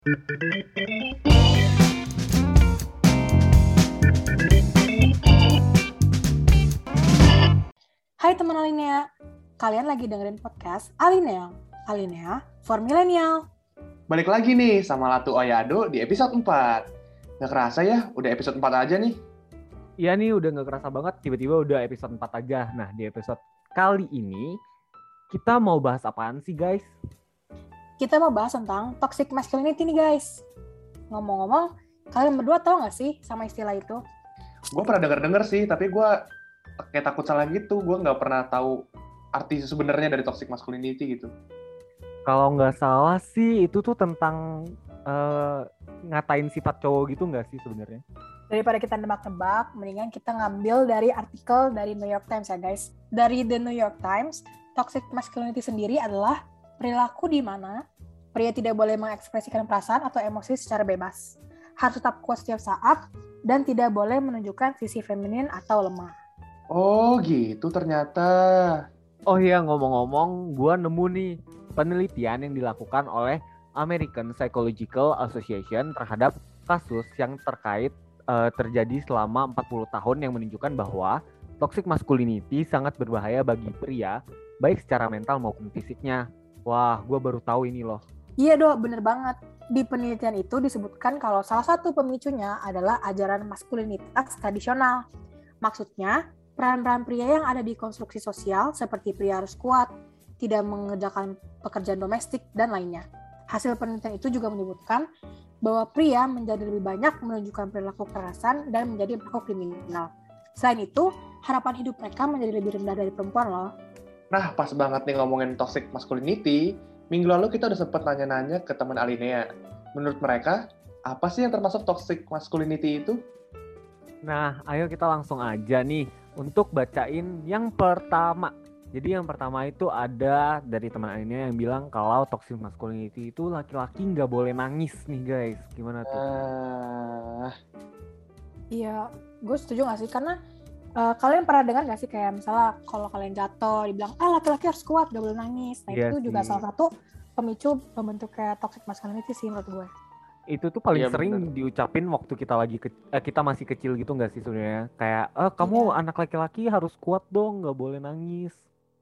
Hai teman Alinea, kalian lagi dengerin podcast Alinea for Millennial. Balik lagi nih sama Latu Oyado di episode 4. Gak kerasa ya, udah episode 4 aja nih. Iya nih, udah gak kerasa banget, tiba-tiba udah episode 4 aja. Nah, di episode kali ini, kita mau bahas apaan sih guys? Kita mau bahas tentang toxic masculinity nih guys. Ngomong-ngomong, kalian berdua tahu gak sih sama istilah itu? Gue pernah denger sih, tapi gue kayak takut salah gitu. Gue gak pernah tahu arti sebenarnya dari toxic masculinity gitu. Kalau nggak salah sih, itu tuh tentang ngatain sifat cowok gitu nggak sih sebenarnya? Daripada kita nebak-nebak, mendingan kita ngambil dari artikel dari New York Times ya guys. Dari The New York Times, toxic masculinity sendiri adalah perilaku di mana pria tidak boleh mengekspresikan perasaan atau emosi secara bebas. Harus tetap kuat setiap saat dan tidak boleh menunjukkan sisi feminin atau lemah. Oh gitu ternyata. Oh iya, ngomong-ngomong, gua nemu nih penelitian yang dilakukan oleh American Psychological Association terhadap kasus yang terjadi selama 40 tahun yang menunjukkan bahwa toxic masculinity sangat berbahaya bagi pria, baik secara mental maupun fisiknya. Wah, gue baru tahu ini loh. Iya dok, bener banget. Di penelitian itu disebutkan kalau salah satu pemicunya adalah ajaran maskulinitas tradisional. Maksudnya, peran-peran pria yang ada di konstruksi sosial seperti pria harus kuat, tidak mengerjakan pekerjaan domestik, dan lainnya. Hasil penelitian itu juga menyebutkan bahwa pria menjadi lebih banyak menunjukkan perilaku kekerasan dan menjadi pelaku kriminal. Selain itu, harapan hidup mereka menjadi lebih rendah dari perempuan loh. Nah, pas banget nih ngomongin toxic masculinity, minggu lalu kita udah sempet nanya-nanya ke teman Alinea. Menurut mereka, apa sih yang termasuk toxic masculinity itu? Nah, ayo kita langsung aja nih untuk bacain yang pertama. Jadi yang pertama itu ada dari teman Alinea yang bilang kalau toxic masculinity itu laki-laki nggak boleh nangis nih guys. Gimana tuh? Iya, gue setuju gak sih? Karena kalian pernah dengar gak sih kayak misalnya kalau kalian jatuh dibilang laki-laki harus kuat, gak boleh nangis. Nah itu juga salah satu pemicu pembentuk kayak toxic masculinity sih menurut gue. Itu tuh paling Iya, sering bener. diucapin waktu kita masih kecil gitu nggak sih sebenarnya? Kayak kamu anak laki-laki harus kuat dong, nggak boleh nangis.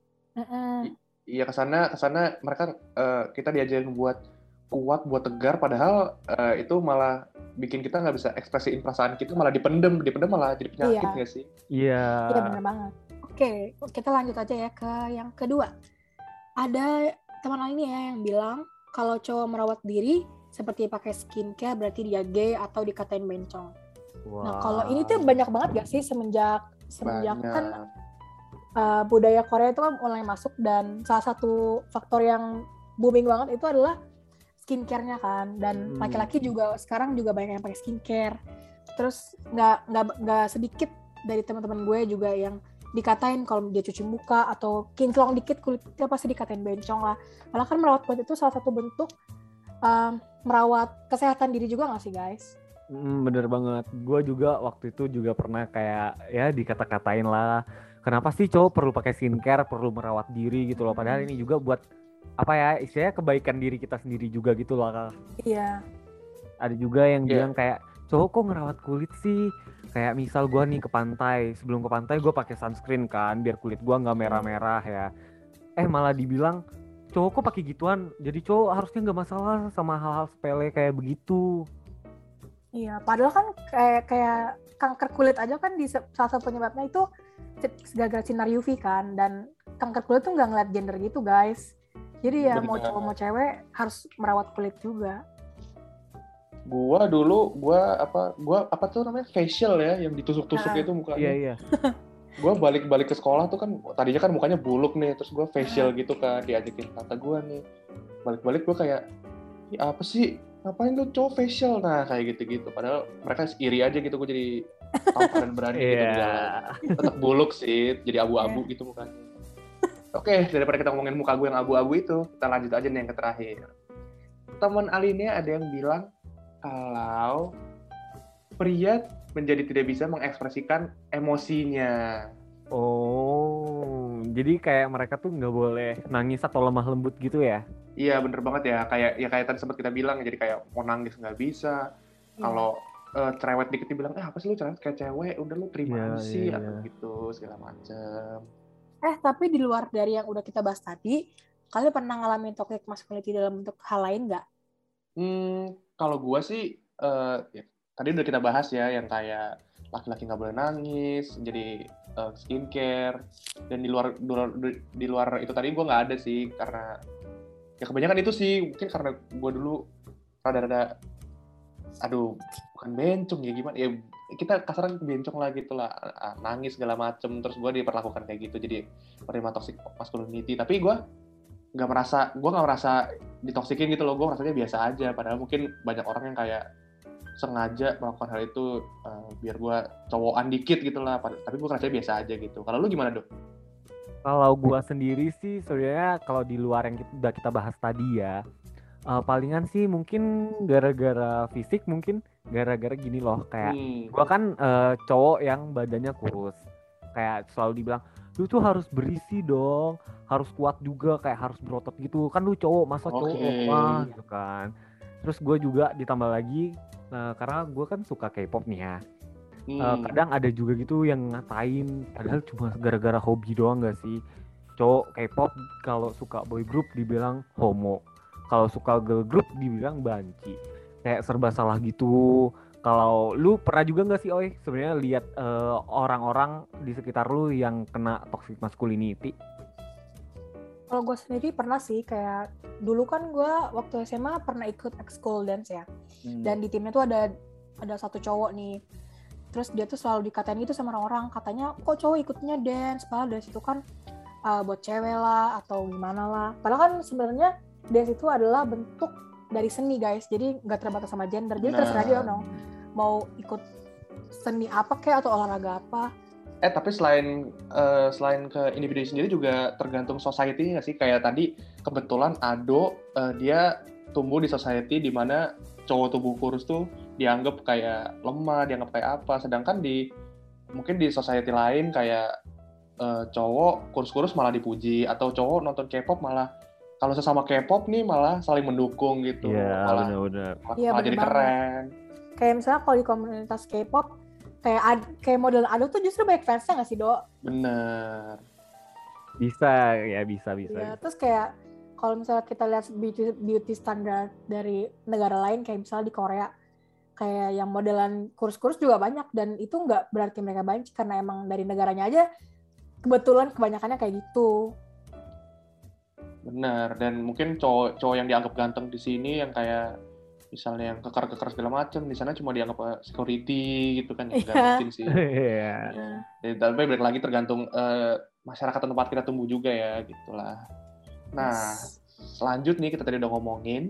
Iya, kesana mereka kita diajarin buat kuat, buat tegar, padahal itu malah bikin kita nggak bisa ekspresiin perasaan kita, malah dipendem malah jadi penyakit nggak sih? Iya. Iya benar banget. Oke, kita lanjut aja ya ke yang kedua. Ada teman lain ya yang bilang kalau cowok merawat diri seperti pakai skincare berarti dia gay atau dikatain bencong. Wow. Nah kalau ini tuh banyak banget gak sih semenjak kan budaya Korea itu kan mulai masuk, dan salah satu faktor yang booming banget itu adalah skincare-nya kan, dan laki-laki juga sekarang juga banyak yang pakai skincare. Terus nggak sedikit dari teman-teman gue juga yang dikatain kalau dia cuci muka atau kinclong dikit kulitnya pasti dikatain bencong lah. Malah kan merawat kulit itu salah satu bentuk merawat kesehatan diri juga nggak sih guys? Bener banget. Gue juga waktu itu juga pernah kayak ya dikata-katain lah. Kenapa sih cowok perlu pakai skincare, perlu merawat diri gitu loh. Padahal ini juga buat apa ya, istilahnya kebaikan diri kita sendiri juga gitu loh. Iya. Ada juga yang bilang kayak cowok kok ngerawat kulit sih. Kayak misal gue nih ke pantai, sebelum ke pantai gue pakai sunscreen kan biar kulit gue nggak merah-merah ya. Malah dibilang cowok kok pakai gituan, jadi cowok harusnya nggak masalah sama hal-hal sepele kayak begitu. Iya, padahal kan kayak kanker kulit aja kan di salah satu penyebabnya itu gara-gara sinar UV kan, dan kanker kulit tuh nggak ngeliat gender gitu guys. Jadi ya mau cowok mau cewek harus merawat kulit juga. Gua apa tuh namanya facial ya, yang ditusuk-tusuk itu mukanya. Iya. Gue balik ke sekolah tuh kan tadinya kan mukanya buluk nih, terus gue facial gitu kan, diajakin tante gue nih. Balik gue kayak, apa sih? Ngapain tuh cowok facial? Nah kayak gitu-gitu. Padahal mereka iri aja gitu, gue jadi tampan dan berani gitu di jalan. Tetap buluk sih, jadi abu-abu gitu mukanya. Oke, daripada kita ngomongin muka gue yang abu-abu itu, kita lanjut aja nih yang terakhir. Teman Alinea ada yang bilang kalau pria menjadi tidak bisa mengekspresikan emosinya. Oh, jadi kayak mereka tuh nggak boleh nangis atau lemah lembut gitu ya? Iya bener banget ya, kayak tadi sempat kita bilang, jadi kayak mau nangis nggak bisa, kalau cerewet dikit dibilang, apa sih lu cerewet kayak cewek, udah lu terima aja sih, atau gitu segala macem. Tapi di luar dari yang udah kita bahas tadi, kalian pernah ngalamin toxic masculinity dalam bentuk hal lain nggak? Kalau gue sih, ya, tadi udah kita bahas ya, yang kayak laki-laki nggak boleh nangis, jadi skincare, dan di luar itu tadi gue nggak ada sih, karena ya kebanyakan itu sih, mungkin karena gue dulu rada-rada, bukan bencong ya gimana, ya kita kasaran bencong lah gitu lah, nangis segala macem, terus gue diperlakukan kayak gitu, jadi menerima toxic masculinity, tapi gue nggak merasa ditoksikin gitu loh, gue merasanya biasa aja, padahal mungkin banyak orang yang kayak sengaja melakukan hal itu biar gue cowokan dikit gitu lah, tapi gue rasanya biasa aja gitu. Kalau lu gimana, Dok? Kalau gue sendiri sih sebenarnya kalau di luar yang udah kita bahas tadi ya, palingan sih mungkin gara-gara fisik, mungkin gara-gara gini loh, kayak gue kan cowok yang badannya kurus, kayak selalu dibilang lu tuh harus berisi dong, harus kuat juga, kayak harus berotot gitu kan, lu cowok masa cowok lemah gitu kan. Terus gue juga ditambah lagi karena gue kan suka K-pop nih ya, kadang ada juga gitu yang ngatain padahal cuma gara-gara hobi doang gak sih, cowok K-pop kalau suka boy group dibilang homo, kalau suka girl group dibilang banci, kayak serba salah gitu. Kalau lu pernah juga nggak sih, Oi, sebenarnya lihat orang-orang di sekitar lu yang kena toxic masculinity? Kalau gue sendiri pernah sih, kayak dulu kan gue waktu SMA pernah ikut ekskul dance ya, dan di timnya tuh ada satu cowok nih, terus dia tuh selalu dikatain gitu sama orang-orang, katanya kok cowok ikutnya dance, padahal dance itu kan buat cewek lah atau gimana lah, padahal kan sebenarnya dance itu adalah bentuk dari seni guys, jadi nggak terbatas sama gender, jadi terserah dia dong mau ikut seni apa kayak atau olahraga apa. Tapi selain ke individu sendiri juga tergantung society nggak sih? Kayak tadi kebetulan Ado dia tumbuh di society di mana cowok tubuh kurus tuh dianggap kayak lemah, dianggap kayak apa. Sedangkan mungkin di society lain kayak cowok kurus-kurus malah dipuji, atau cowok nonton K-pop malah kalau sesama K-pop nih malah saling mendukung gitu. Iya, benar-benar. Malah jadi keren. Kayak misalnya kalau di komunitas K-pop kayak model Ado tuh justru banyak fansnya nggak sih, Dok? Bener. Bisa. Ya, terus kayak kalau misalnya kita lihat beauty standar dari negara lain, kayak misalnya di Korea, kayak yang modelan kurus-kurus juga banyak, dan itu nggak berarti mereka banci, karena emang dari negaranya aja kebetulan kebanyakannya kayak gitu. Bener, dan mungkin cowok yang dianggap ganteng di sini yang kayak misalnya yang kekar segala macam, di sana cuma dianggap security gitu kan, nggak mungkin sih. Jadi tapi balik lagi tergantung masyarakat tempat kita tumbuh juga ya, gitulah. Nah, selanjutnya kita tadi udah ngomongin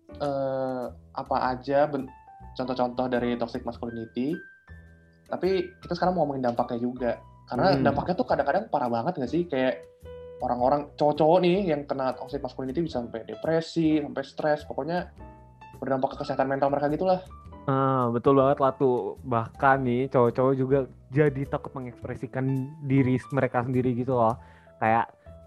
apa aja contoh-contoh dari toxic masculinity, tapi kita sekarang mau ngomongin dampaknya juga, karena dampaknya tuh kadang-kadang parah banget nggak sih, kayak orang-orang cowok-cowok nih yang kena toxic masculinity bisa sampai depresi, sampai stres, pokoknya berdampak ke kesehatan mental mereka gitulah. Betul banget lah tuh. Bahkan nih cowok-cowok juga jadi takut mengekspresikan diri mereka sendiri gitu loh. Kayak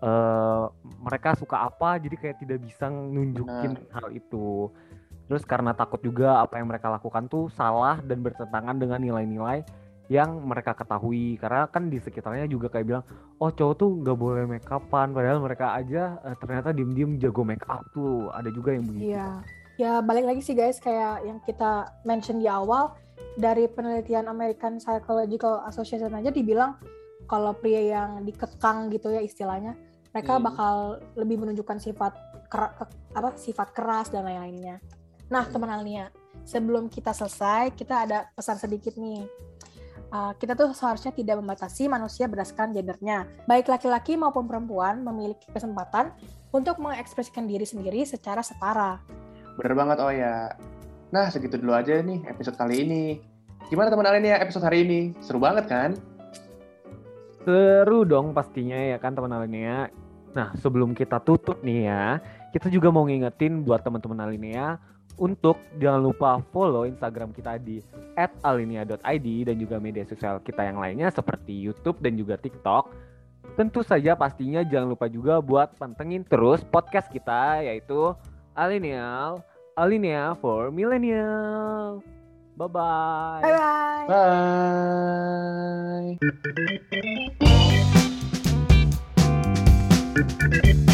mereka suka apa jadi kayak tidak bisa nunjukin hal itu. Terus karena takut juga apa yang mereka lakukan tuh salah dan bertentangan dengan nilai-nilai yang mereka ketahui. Karena kan di sekitarnya juga kayak bilang, oh cowok tuh nggak boleh make upan, padahal mereka aja ternyata diem-diem jago make up tuh. Ada juga yang begitu. Iya. Ya balik lagi sih guys, kayak yang kita mention di awal, dari penelitian American Psychological Association aja dibilang kalau pria yang dikekang gitu ya istilahnya, mereka bakal lebih menunjukkan sifat keras dan lain-lainnya. Nah teman Alnia, sebelum kita selesai, kita ada pesan sedikit nih. Kita tuh seharusnya tidak membatasi manusia berdasarkan gendernya. Baik laki-laki maupun perempuan memiliki kesempatan untuk mengekspresikan diri sendiri secara setara. Bener banget, oh ya. Nah, segitu dulu aja nih episode kali ini. Gimana teman Alenia episode hari ini? Seru banget kan? Seru dong pastinya ya kan teman Alenia. Nah, sebelum kita tutup nih ya, kita juga mau ngingetin buat teman-teman Alenia untuk jangan lupa follow Instagram kita di @alinea.id dan juga media sosial kita yang lainnya seperti YouTube dan juga TikTok. tentu saja pastinya jangan lupa juga buat pantengin terus podcast kita yaitu Alinea for Millennial. Bye-bye. Bye-bye. Bye.